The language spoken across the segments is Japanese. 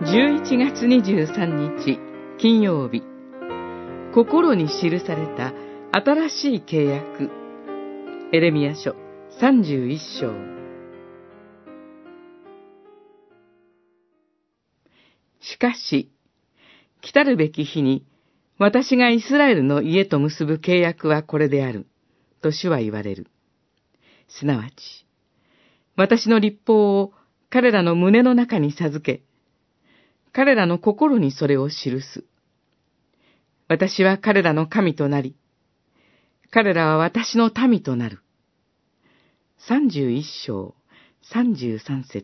11月23日金曜日、心に記された新しい契約。エレミヤ書31章。しかし、来たるべき日に、私がイスラエルの家と結ぶ契約はこれである、と主は言われる。すなわち、私の律法を彼らの胸の中に授け、彼らの心にそれを記す。私は彼らの神となり、彼らは私の民となる。31章33節。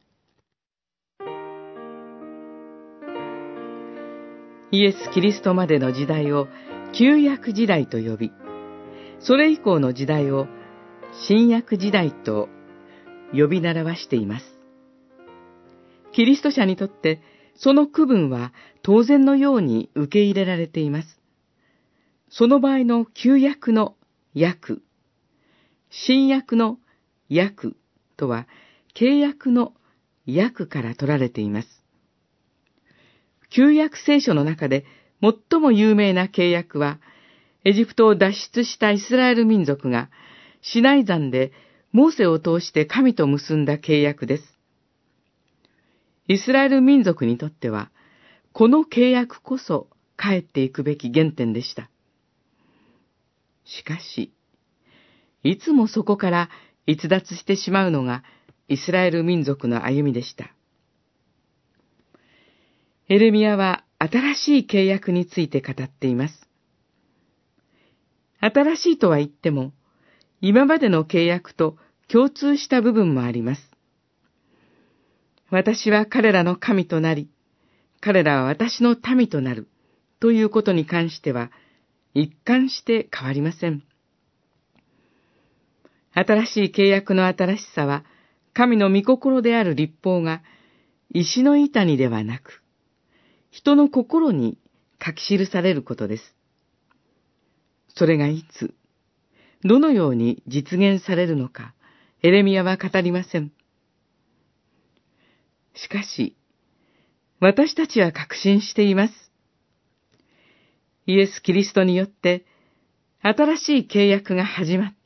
イエス・キリストまでの時代を旧約時代と呼び、それ以降の時代を新約時代と呼び習わしています。キリスト者にとってその区分は当然のように受け入れられています。その場合の旧約の約、新約の約とは契約の約から取られています。旧約聖書の中で最も有名な契約は、エジプトを脱出したイスラエル民族がシナイ山でモーセを通して神と結んだ契約です。イスラエル民族にとっては、この契約こそ帰っていくべき原点でした。しかし、いつもそこから逸脱してしまうのがイスラエル民族の歩みでした。エレミヤは新しい契約について語っています。新しいとは言っても、今までの契約と共通した部分もあります。私は彼らの神となり、彼らは私の民となるということに関しては、一貫して変わりません。新しい契約の新しさは、神の御心である律法が石の板にではなく、人の心に書き記されることです。それがいつ、どのように実現されるのか、エレミヤは語りません。しかし、私たちは確信しています。イエス・キリストによって、新しい契約が始まっ